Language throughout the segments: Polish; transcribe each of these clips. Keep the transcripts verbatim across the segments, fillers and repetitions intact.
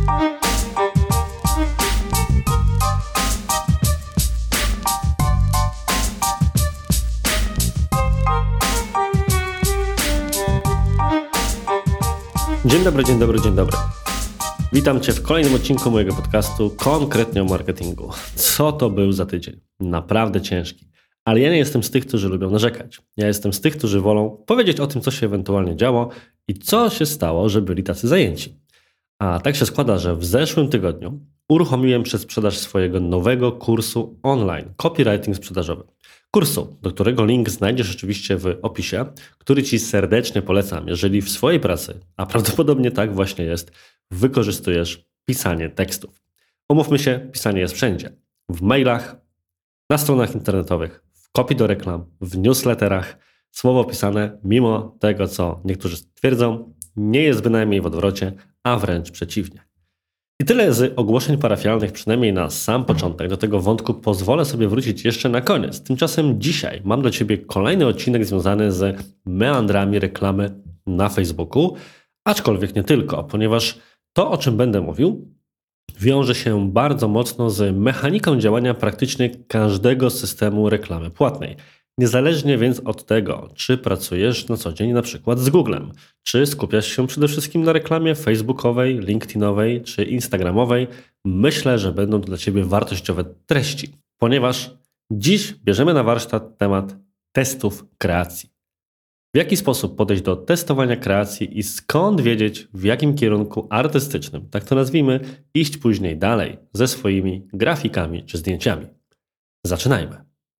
Dzień dobry, dzień dobry, dzień dobry. Witam Cię w kolejnym odcinku mojego podcastu konkretnie o marketingu. Co to był za tydzień? Naprawdę ciężki. Ale ja nie jestem z tych, którzy lubią narzekać. Ja jestem z tych, którzy wolą powiedzieć o tym, co się ewentualnie działo i co się stało, że byli tacy zajęci. A tak się składa, że w zeszłym tygodniu uruchomiłem przedsprzedaż swojego nowego kursu online Copywriting sprzedażowy. Kursu, do którego link znajdziesz oczywiście w opisie, który Ci serdecznie polecam, jeżeli w swojej pracy, a prawdopodobnie tak właśnie jest, wykorzystujesz pisanie tekstów. Umówmy się, pisanie jest wszędzie. W mailach, na stronach internetowych, w kopii do reklam, w newsletterach. Słowo pisane, mimo tego, co niektórzy twierdzą, nie jest bynajmniej w odwrocie, a wręcz przeciwnie. I tyle z ogłoszeń parafialnych, przynajmniej na sam początek. Do tego wątku pozwolę sobie wrócić jeszcze na koniec. Tymczasem dzisiaj mam dla Ciebie kolejny odcinek związany z meandrami reklamy na Facebooku, aczkolwiek nie tylko, ponieważ to, o czym będę mówił, wiąże się bardzo mocno z mechaniką działania praktycznie każdego systemu reklamy płatnej. Niezależnie więc od tego, czy pracujesz na co dzień na przykład z Googlem, czy skupiasz się przede wszystkim na reklamie facebookowej, linkedinowej czy instagramowej, myślę, że będą to dla Ciebie wartościowe treści, ponieważ dziś bierzemy na warsztat temat testów kreacji. W jaki sposób podejść do testowania kreacji i skąd wiedzieć, w jakim kierunku artystycznym, tak to nazwijmy, iść później dalej ze swoimi grafikami czy zdjęciami. Zaczynajmy.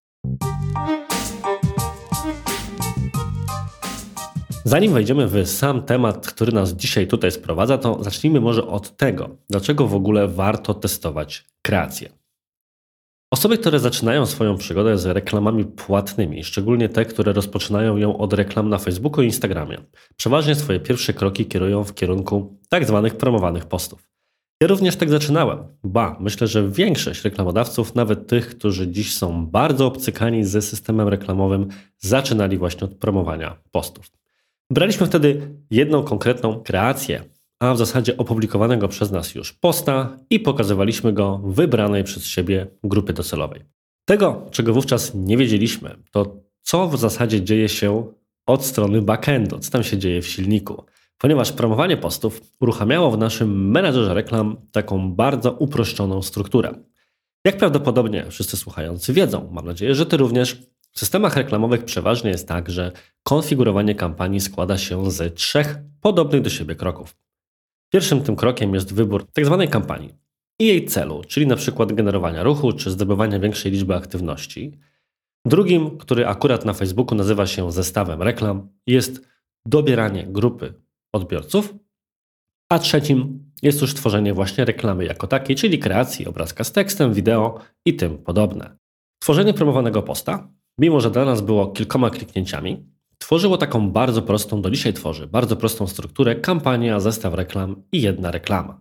Zanim wejdziemy w sam temat, który nas dzisiaj tutaj sprowadza, to zacznijmy może od tego, dlaczego w ogóle warto testować kreację. Osoby, które zaczynają swoją przygodę z reklamami płatnymi, szczególnie te, które rozpoczynają ją od reklam na Facebooku i Instagramie, przeważnie swoje pierwsze kroki kierują w kierunku tak zwanych promowanych postów. Ja również tak zaczynałem. Ba, myślę, że większość reklamodawców, nawet tych, którzy dziś są bardzo obcykani ze systemem reklamowym, zaczynali właśnie od promowania postów. Braliśmy wtedy jedną konkretną kreację, a w zasadzie opublikowanego przez nas już posta i pokazywaliśmy go wybranej przez siebie grupy docelowej. Tego, czego wówczas nie wiedzieliśmy, to co w zasadzie dzieje się od strony backendu, co tam się dzieje w silniku. Ponieważ promowanie postów uruchamiało w naszym menedżerze reklam taką bardzo uproszczoną strukturę. Jak prawdopodobnie wszyscy słuchający wiedzą, mam nadzieję, że Ty również, w systemach reklamowych przeważnie jest tak, że konfigurowanie kampanii składa się z trzech podobnych do siebie kroków. Pierwszym tym krokiem jest wybór tzw. kampanii i jej celu, czyli na przykład generowania ruchu czy zdobywania większej liczby aktywności. Drugim, który akurat na Facebooku nazywa się zestawem reklam, jest dobieranie grupy odbiorców, a trzecim jest już tworzenie właśnie reklamy jako takiej, czyli kreacji obrazka z tekstem, wideo i tym podobne. Tworzenie promowanego posta, mimo że dla nas było kilkoma kliknięciami, tworzyło taką bardzo prostą, do dzisiaj tworzy, bardzo prostą strukturę, kampania, zestaw reklam i jedna reklama.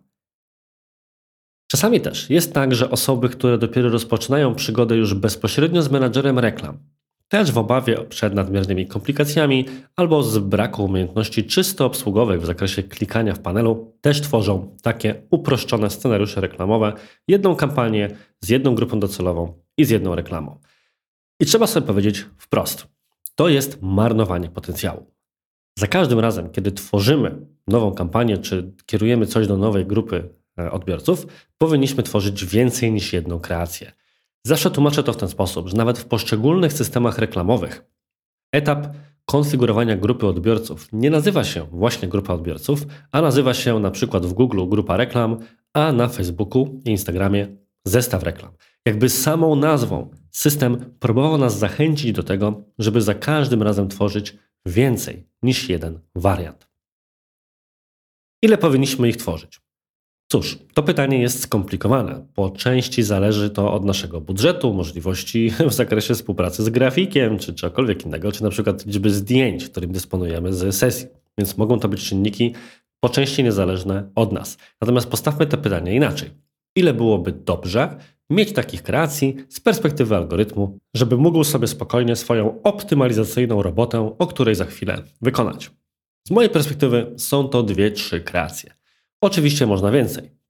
Czasami też jest tak, że osoby, które dopiero rozpoczynają przygodę już bezpośrednio z menadżerem reklam, też w obawie przed nadmiernymi komplikacjami albo z braku umiejętności czysto obsługowych w zakresie klikania w panelu, też tworzą takie uproszczone scenariusze reklamowe, jedną kampanię z jedną grupą docelową i z jedną reklamą. I trzeba sobie powiedzieć wprost, to jest marnowanie potencjału. Za każdym razem, kiedy tworzymy nową kampanię, czy kierujemy coś do nowej grupy odbiorców, powinniśmy tworzyć więcej niż jedną kreację. Zawsze tłumaczę to w ten sposób, że nawet w poszczególnych systemach reklamowych etap konfigurowania grupy odbiorców nie nazywa się właśnie grupa odbiorców, a nazywa się na przykład w Google grupa reklam, a na Facebooku i Instagramie zestaw reklam. Jakby samą nazwą system próbował nas zachęcić do tego, żeby za każdym razem tworzyć więcej niż jeden wariant. Ile powinniśmy ich tworzyć? Cóż, to pytanie jest skomplikowane. Po części zależy to od naszego budżetu, możliwości w zakresie współpracy z grafikiem, czy czegokolwiek innego, czy na przykład liczby zdjęć, którym dysponujemy z sesji. Więc mogą to być czynniki po części niezależne od nas. Natomiast postawmy to pytanie inaczej. Ile byłoby dobrze mieć takich kreacji z perspektywy algorytmu, żeby mógł sobie spokojnie swoją optymalizacyjną robotę, o której za chwilę wykonać? Z mojej perspektywy są to dwie, trzy kreacje. Oczywiście można więcej.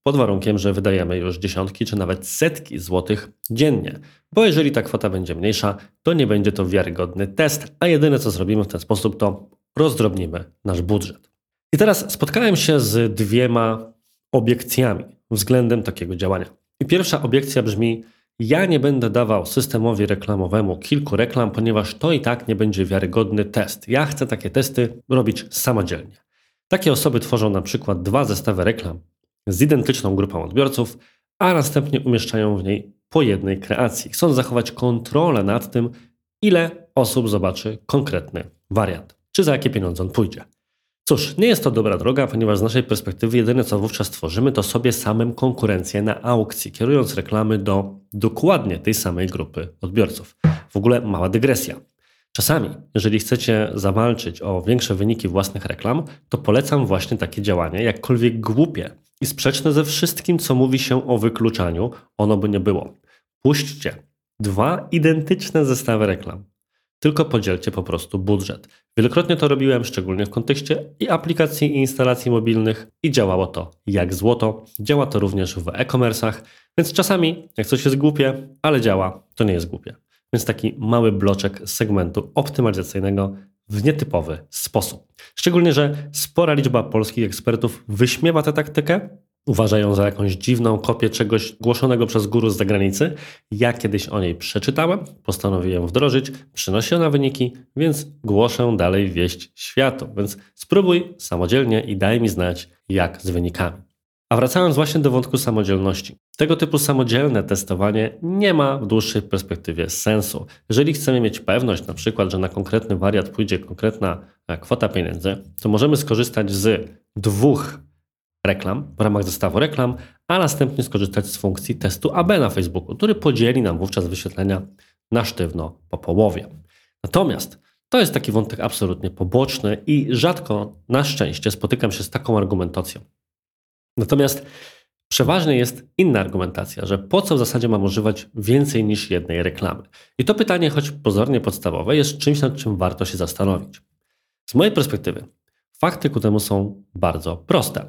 pod warunkiem, że wydajemy już dziesiątki czy nawet setki złotych dziennie. Bo jeżeli ta kwota będzie mniejsza, to nie będzie to wiarygodny test, a jedyne co zrobimy w ten sposób to rozdrobnimy nasz budżet. I teraz spotkałem się z dwiema obiekcjami względem takiego działania. I pierwsza obiekcja brzmi: ja nie będę dawał systemowi reklamowemu kilku reklam, ponieważ to i tak nie będzie wiarygodny test. Ja chcę takie testy robić samodzielnie. Takie osoby tworzą na przykład dwa zestawy reklam z identyczną grupą odbiorców, a następnie umieszczają w niej po jednej kreacji. Chcą zachować kontrolę nad tym, ile osób zobaczy konkretny wariant, czy za jakie pieniądze on pójdzie. Cóż, nie jest to dobra droga, ponieważ z naszej perspektywy jedyne co wówczas tworzymy, to sobie samym konkurencję na aukcji, kierując reklamy do dokładnie tej samej grupy odbiorców. W ogóle mała dygresja. Czasami, jeżeli chcecie zawalczyć o większe wyniki własnych reklam, to polecam właśnie takie działanie, jakkolwiek głupie i sprzeczne ze wszystkim, co mówi się o wykluczaniu, ono by nie było. Puśćcie dwa identyczne zestawy reklam. Tylko podzielcie po prostu budżet. Wielokrotnie to robiłem, szczególnie w kontekście i aplikacji i instalacji mobilnych i działało to jak złoto. Działa to również w e-commerce'ach, więc czasami, jak coś jest głupie, ale działa, to nie jest głupie. Więc taki mały bloczek z segmentu optymalizacyjnego w nietypowy sposób. Szczególnie, że spora liczba polskich ekspertów wyśmiewa tę taktykę, uważa ją za jakąś dziwną kopię czegoś głoszonego przez guru z zagranicy. Ja kiedyś o niej przeczytałem, postanowiłem ją wdrożyć, przynosi ona wyniki, więc głoszę dalej wieść światu. Więc spróbuj samodzielnie i daj mi znać, jak z wynikami. A wracając właśnie do wątku samodzielności. Tego typu samodzielne testowanie nie ma w dłuższej perspektywie sensu. Jeżeli chcemy mieć pewność, na przykład, że na konkretny wariant pójdzie konkretna kwota pieniędzy, to możemy skorzystać z dwóch reklam w ramach zestawu reklam, a następnie skorzystać z funkcji testu A B na Facebooku, który podzieli nam wówczas wyświetlenia na sztywno po połowie. Natomiast to jest taki wątek absolutnie poboczny i rzadko, na szczęście, spotykam się z taką argumentacją. Natomiast przeważnie jest inna argumentacja, że po co w zasadzie mam używać więcej niż jednej reklamy. I to pytanie, choć pozornie podstawowe, jest czymś, nad czym warto się zastanowić. Z mojej perspektywy fakty ku temu są bardzo proste.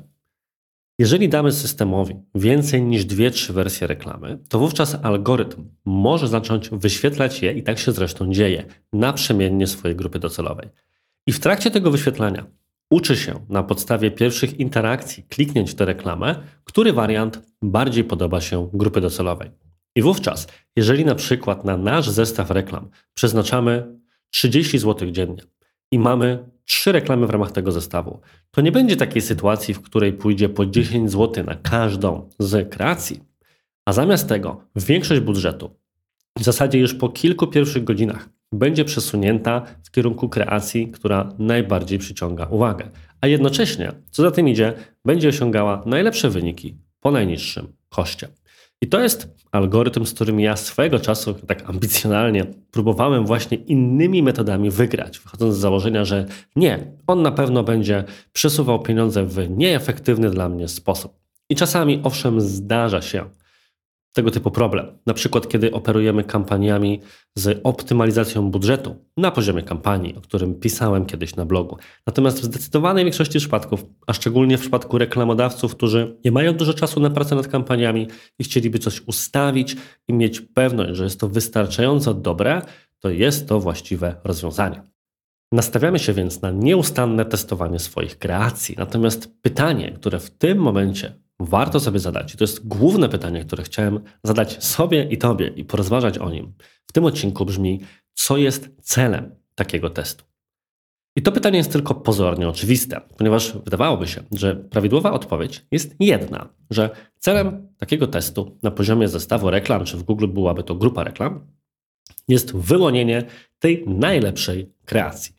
Jeżeli damy systemowi więcej niż dwie, trzy wersje reklamy, to wówczas algorytm może zacząć wyświetlać je, i tak się zresztą dzieje, naprzemiennie swojej grupy docelowej. I w trakcie tego wyświetlania uczy się na podstawie pierwszych interakcji, kliknięć w tę reklamę, który wariant bardziej podoba się grupy docelowej. I wówczas, jeżeli na przykład na nasz zestaw reklam przeznaczamy trzydzieści złotych dziennie i mamy trzy reklamy w ramach tego zestawu, to nie będzie takiej sytuacji, w której pójdzie po dziesięć złotych na każdą z kreacji, a zamiast tego większość budżetu w zasadzie już po kilku pierwszych godzinach będzie przesunięta w kierunku kreacji, która najbardziej przyciąga uwagę, a jednocześnie, co za tym idzie, będzie osiągała najlepsze wyniki po najniższym koszcie. I to jest algorytm, z którym ja swego czasu tak ambicjonalnie próbowałem właśnie innymi metodami wygrać, wychodząc z założenia, że nie, on na pewno będzie przesuwał pieniądze w nieefektywny dla mnie sposób. I czasami, owszem, zdarza się tego typu problem. Na przykład, kiedy operujemy kampaniami z optymalizacją budżetu na poziomie kampanii, o którym pisałem kiedyś na blogu. Natomiast w zdecydowanej większości przypadków, a szczególnie w przypadku reklamodawców, którzy nie mają dużo czasu na pracę nad kampaniami i chcieliby coś ustawić i mieć pewność, że jest to wystarczająco dobre, to jest to właściwe rozwiązanie. Nastawiamy się więc na nieustanne testowanie swoich kreacji. Natomiast pytanie, które w tym momencie warto sobie zadać, i to jest główne pytanie, które chciałem zadać sobie i Tobie i porozważać o nim w tym odcinku, brzmi: co jest celem takiego testu? I to pytanie jest tylko pozornie oczywiste, ponieważ wydawałoby się, że prawidłowa odpowiedź jest jedna, że celem takiego testu na poziomie zestawu reklam, czy w Google byłaby to grupa reklam, jest wyłonienie tej najlepszej kreacji.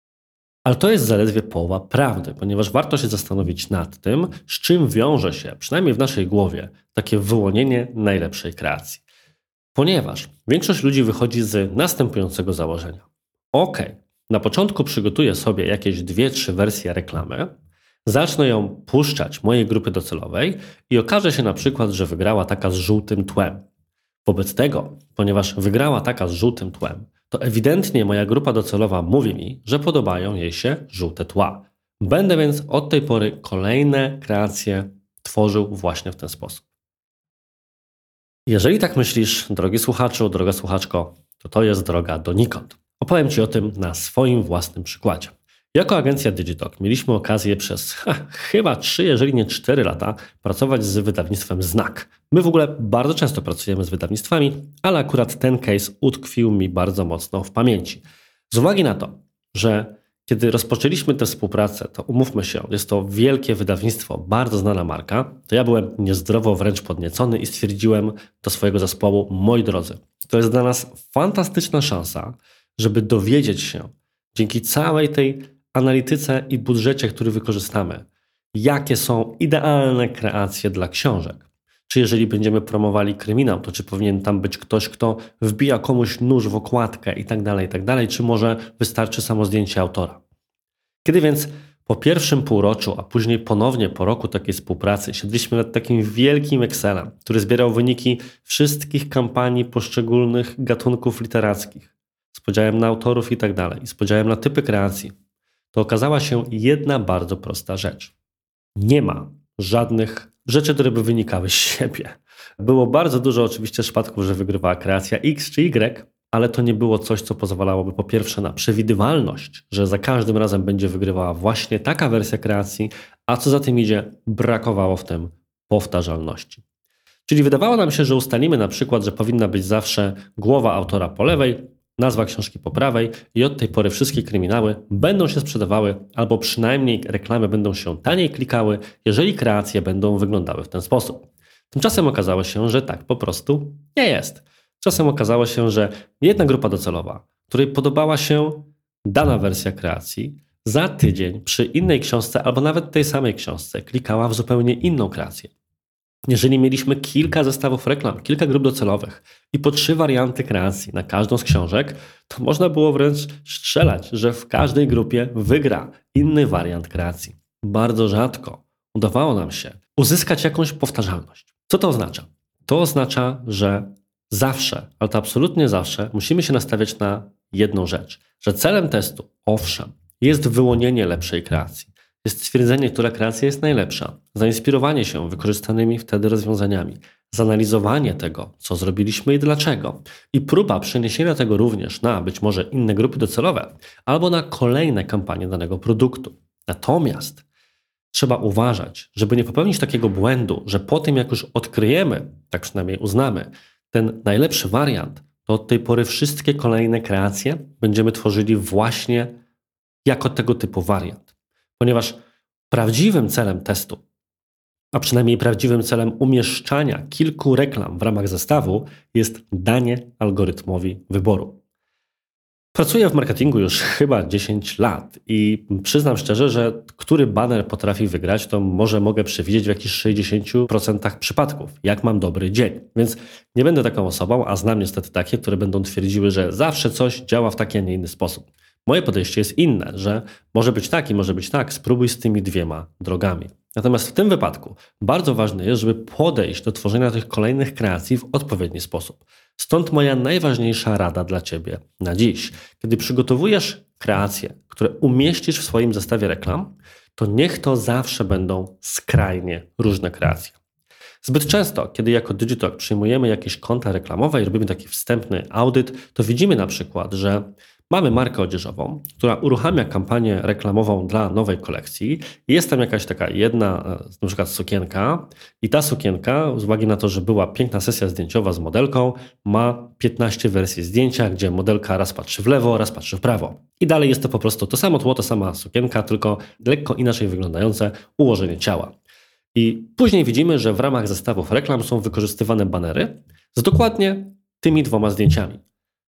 Ale to jest zaledwie połowa prawdy, ponieważ warto się zastanowić nad tym, z czym wiąże się, przynajmniej w naszej głowie, takie wyłonienie najlepszej kreacji. Ponieważ większość ludzi wychodzi z następującego założenia. Ok, na początku przygotuję sobie jakieś dwie, trzy wersje reklamy, zacznę ją puszczać mojej grupy docelowej i okaże się na przykład, że wygrała taka z żółtym tłem. Wobec tego, ponieważ wygrała taka z żółtym tłem, to ewidentnie moja grupa docelowa mówi mi, że podobają jej się żółte tła. Będę więc od tej pory kolejne kreacje tworzył właśnie w ten sposób. Jeżeli tak myślisz, drogi słuchaczu, droga słuchaczko, to to jest droga donikąd. Opowiem Ci o tym na swoim własnym przykładzie. Jako agencja Digitalk mieliśmy okazję przez ha, chyba trzy, jeżeli nie cztery lata pracować z wydawnictwem Znak. My w ogóle bardzo często pracujemy z wydawnictwami, ale akurat ten case utkwił mi bardzo mocno w pamięci. Z uwagi na to, że kiedy rozpoczęliśmy tę współpracę, to umówmy się, jest to wielkie wydawnictwo, bardzo znana marka, to ja byłem niezdrowo wręcz podniecony i stwierdziłem do swojego zespołu, moi drodzy, to jest dla nas fantastyczna szansa, żeby dowiedzieć się dzięki całej tej analityce i budżecie, który wykorzystamy, jakie są idealne kreacje dla książek. Czy jeżeli będziemy promowali kryminał, to czy powinien tam być ktoś, kto wbija komuś nóż w okładkę i tak dalej, i tak dalej, czy może wystarczy samo zdjęcie autora. Kiedy więc po pierwszym półroczu, a później ponownie po roku takiej współpracy siedliśmy nad takim wielkim Excelem, który zbierał wyniki wszystkich kampanii poszczególnych gatunków literackich, z podziałem na autorów i tak dalej, z podziałem na typy kreacji, to okazała się jedna bardzo prosta rzecz. Nie ma żadnych rzeczy, które by wynikały z siebie. Było bardzo dużo oczywiście przypadków, że wygrywała kreacja X czy Y, ale to nie było coś, co pozwalałoby po pierwsze na przewidywalność, że za każdym razem będzie wygrywała właśnie taka wersja kreacji, a co za tym idzie, brakowało w tym powtarzalności. Czyli wydawało nam się, że ustalimy na przykład, że powinna być zawsze głowa autora po lewej, nazwa książki po prawej i od tej pory wszystkie kryminały będą się sprzedawały albo przynajmniej reklamy będą się taniej klikały, jeżeli kreacje będą wyglądały w ten sposób. Tymczasem okazało się, że tak po prostu nie jest. Czasem okazało się, że jedna grupa docelowa, której podobała się dana wersja kreacji, za tydzień przy innej książce albo nawet tej samej książce klikała w zupełnie inną kreację. Jeżeli mieliśmy kilka zestawów reklam, kilka grup docelowych i po trzy warianty kreacji na każdą z książek, to można było wręcz strzelać, że w każdej grupie wygra inny wariant kreacji. Bardzo rzadko udawało nam się uzyskać jakąś powtarzalność. Co to oznacza? To oznacza, że zawsze, ale to absolutnie zawsze musimy się nastawiać na jedną rzecz, że celem testu, owszem, jest wyłonienie lepszej kreacji. Jest stwierdzenie, która kreacja jest najlepsza, zainspirowanie się wykorzystanymi wtedy rozwiązaniami, zanalizowanie tego, co zrobiliśmy i dlaczego i próba przeniesienia tego również na być może inne grupy docelowe albo na kolejne kampanie danego produktu. Natomiast trzeba uważać, żeby nie popełnić takiego błędu, że po tym jak już odkryjemy, tak przynajmniej uznamy, ten najlepszy wariant, to od tej pory wszystkie kolejne kreacje będziemy tworzyli właśnie jako tego typu wariant. Ponieważ prawdziwym celem testu, a przynajmniej prawdziwym celem umieszczania kilku reklam w ramach zestawu jest danie algorytmowi wyboru. Pracuję w marketingu już chyba dziesięć lat i przyznam szczerze, że który baner potrafi wygrać, to może mogę przewidzieć w jakichś sześćdziesięciu procentach przypadków, jak mam dobry dzień. Więc nie będę taką osobą, a znam niestety takie, które będą twierdziły, że zawsze coś działa w taki, a nie inny sposób. Moje podejście jest inne, że może być tak i może być tak, spróbuj z tymi dwiema drogami. Natomiast w tym wypadku bardzo ważne jest, żeby podejść do tworzenia tych kolejnych kreacji w odpowiedni sposób. Stąd moja najważniejsza rada dla Ciebie na dziś. Kiedy przygotowujesz kreacje, które umieścisz w swoim zestawie reklam, to niech to zawsze będą skrajnie różne kreacje. Zbyt często, kiedy jako Digitalk przyjmujemy jakieś konta reklamowe i robimy taki wstępny audyt, to widzimy na przykład, że mamy markę odzieżową, która uruchamia kampanię reklamową dla nowej kolekcji. Jest tam jakaś taka jedna, na przykład sukienka i ta sukienka, z uwagi na to, że była piękna sesja zdjęciowa z modelką, ma piętnaście wersji zdjęcia, gdzie modelka raz patrzy w lewo, raz patrzy w prawo. I dalej jest to po prostu to samo tło, ta sama sukienka, tylko lekko inaczej wyglądające ułożenie ciała. I później widzimy, że w ramach zestawów reklam są wykorzystywane banery z dokładnie tymi dwoma zdjęciami.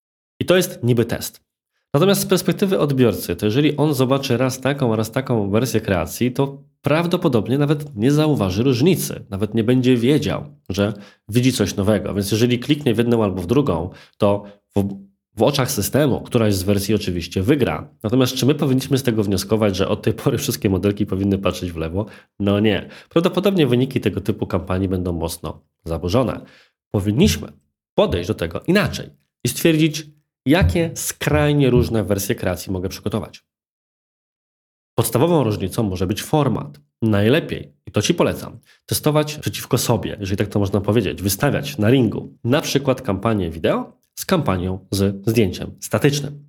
I to jest niby test. Natomiast z perspektywy odbiorcy, to jeżeli on zobaczy raz taką, raz taką wersję kreacji, to prawdopodobnie nawet nie zauważy różnicy, nawet nie będzie wiedział, że widzi coś nowego. Więc jeżeli kliknie w jedną albo w drugą, to w, w oczach systemu któraś z wersji oczywiście wygra. Natomiast czy my powinniśmy z tego wnioskować, że od tej pory wszystkie modelki powinny patrzeć w lewo? No nie. Prawdopodobnie wyniki tego typu kampanii będą mocno zaburzone. Powinniśmy podejść do tego inaczej i stwierdzić, jakie skrajnie różne wersje kreacji mogę przygotować. Podstawową różnicą może być format. Najlepiej, i to Ci polecam, testować przeciwko sobie, jeżeli tak to można powiedzieć, wystawiać na ringu na przykład kampanię wideo z kampanią z zdjęciem statycznym.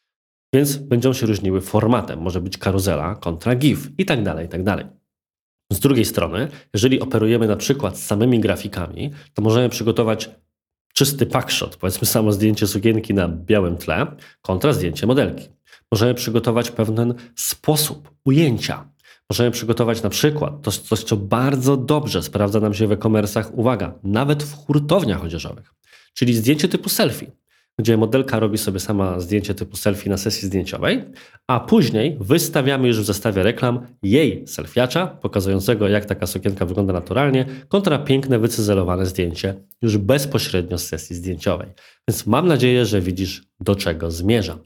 Więc będą się różniły formatem. Może być karuzela kontra GIF i tak dalej, i tak dalej. Z drugiej strony, jeżeli operujemy na przykład z samymi grafikami, to możemy przygotować czysty packshot, powiedzmy samo zdjęcie sukienki na białym tle kontra zdjęcie modelki. Możemy przygotować pewien sposób ujęcia. Możemy przygotować na przykład to coś, co bardzo dobrze sprawdza nam się w e-commerce'ach, uwaga, nawet w hurtowniach odzieżowych, czyli zdjęcie typu selfie, gdzie modelka robi sobie sama zdjęcie typu selfie na sesji zdjęciowej, a później wystawiamy już w zestawie reklam jej selfiacza, pokazującego jak taka sukienka wygląda naturalnie, kontra piękne, wycyzelowane zdjęcie już bezpośrednio z sesji zdjęciowej. Więc mam nadzieję, że widzisz, do czego zmierzam.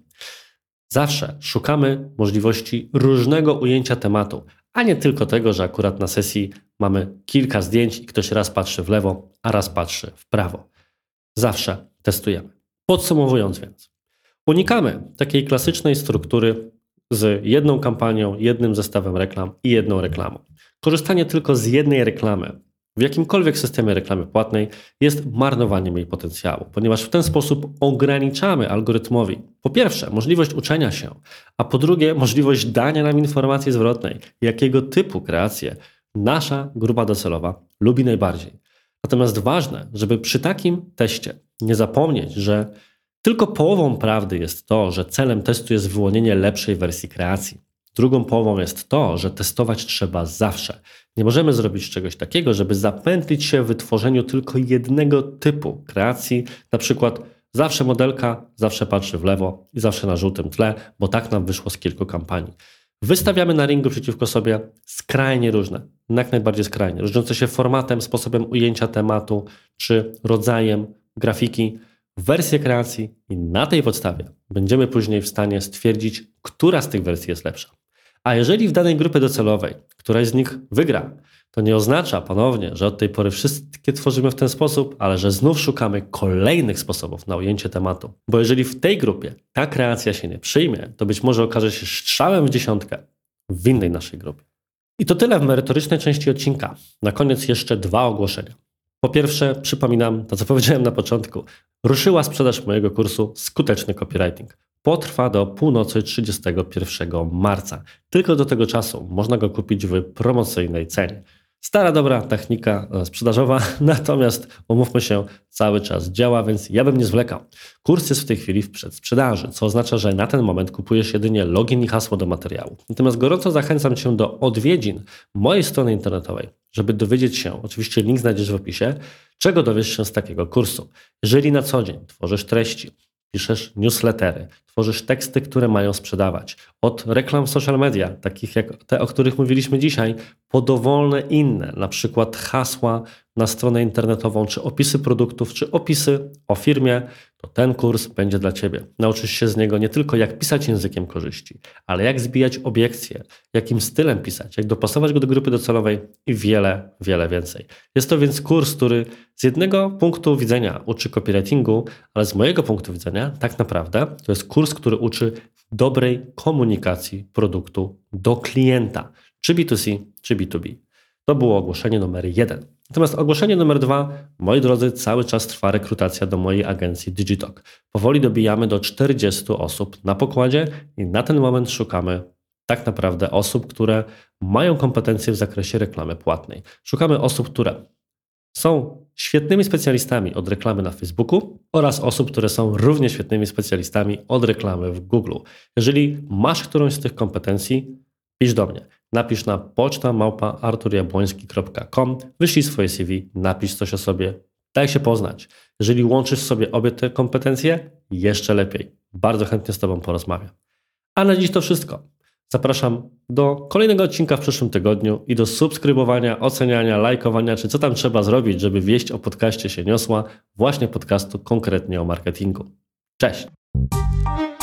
Zawsze szukamy możliwości różnego ujęcia tematu, a nie tylko tego, że akurat na sesji mamy kilka zdjęć i ktoś raz patrzy w lewo, a raz patrzy w prawo. Zawsze testujemy. Podsumowując więc, unikamy takiej klasycznej struktury z jedną kampanią, jednym zestawem reklam i jedną reklamą. Korzystanie tylko z jednej reklamy w jakimkolwiek systemie reklamy płatnej jest marnowaniem jej potencjału, ponieważ w ten sposób ograniczamy algorytmowi po pierwsze możliwość uczenia się, a po drugie możliwość dania nam informacji zwrotnej, jakiego typu kreacje nasza grupa docelowa lubi najbardziej. Natomiast ważne, żeby przy takim teście nie zapomnieć, że tylko połową prawdy jest to, że celem testu jest wyłonienie lepszej wersji kreacji. Drugą połową jest to, że testować trzeba zawsze. Nie możemy zrobić czegoś takiego, żeby zapętlić się w wytworzeniu tylko jednego typu kreacji, na przykład zawsze modelka, zawsze patrzy w lewo i zawsze na żółtym tle, bo tak nam wyszło z kilku kampanii. Wystawiamy na ringu przeciwko sobie skrajnie różne, jak najbardziej skrajnie, różniące się formatem, sposobem ujęcia tematu czy rodzajem grafiki, wersję kreacji i na tej podstawie będziemy później w stanie stwierdzić, która z tych wersji jest lepsza. A jeżeli w danej grupie docelowej któraś z nich wygra, to nie oznacza ponownie, że od tej pory wszystkie tworzymy w ten sposób, ale że znów szukamy kolejnych sposobów na ujęcie tematu. Bo jeżeli w tej grupie ta kreacja się nie przyjmie, to być może okaże się strzałem w dziesiątkę w innej naszej grupie. I to tyle w merytorycznej części odcinka. Na koniec jeszcze dwa ogłoszenia. Po pierwsze, przypominam to, co powiedziałem na początku. Ruszyła sprzedaż mojego kursu Skuteczny Copywriting. Potrwa do północy trzydziestego pierwszego marca. Tylko do tego czasu można go kupić w promocyjnej cenie. Stara, dobra technika sprzedażowa, natomiast umówmy się, cały czas działa, więc ja bym nie zwlekał. Kurs jest w tej chwili w przedsprzedaży, co oznacza, że na ten moment kupujesz jedynie login i hasło do materiału. Natomiast gorąco zachęcam Cię do odwiedzin mojej strony internetowej, żeby dowiedzieć się, oczywiście link znajdziesz w opisie, czego dowiesz się z takiego kursu. Jeżeli na co dzień tworzysz treści, piszesz newslettery, tworzysz teksty, które mają sprzedawać. Od reklam w social media, takich jak te, o których mówiliśmy dzisiaj, po dowolne inne, na przykład hasła na stronę internetową, czy opisy produktów, czy opisy o firmie, to ten kurs będzie dla Ciebie. Nauczysz się z niego nie tylko jak pisać językiem korzyści, ale jak zbijać obiekcje, jakim stylem pisać, jak dopasować go do grupy docelowej i wiele, wiele więcej. Jest to więc kurs, który z jednego punktu widzenia uczy copywritingu, ale z mojego punktu widzenia tak naprawdę to jest kurs, który uczy dobrej komunikacji produktu do klienta, czy B dwa C, czy B dwa B. To było ogłoszenie numer jeden. Natomiast ogłoszenie numer dwa, moi drodzy, cały czas trwa rekrutacja do mojej agencji Digitalk. Powoli dobijamy do czterdziestu osób na pokładzie i na ten moment szukamy tak naprawdę osób, które mają kompetencje w zakresie reklamy płatnej. Szukamy osób, które są świetnymi specjalistami od reklamy na Facebooku oraz osób, które są równie świetnymi specjalistami od reklamy w Google. Jeżeli masz którąś z tych kompetencji, pisz do mnie. Napisz na poczta małpa artur jabłoński kropka com, wyślij swoje C V, napisz coś o sobie, daj się poznać. Jeżeli łączysz sobie obie te kompetencje, jeszcze lepiej. Bardzo chętnie z Tobą porozmawiam. A na dziś to wszystko. Zapraszam do kolejnego odcinka w przyszłym tygodniu i do subskrybowania, oceniania, lajkowania, czy co tam trzeba zrobić, żeby wieść o podcaście się niosła, właśnie podcastu konkretnie o marketingu. Cześć!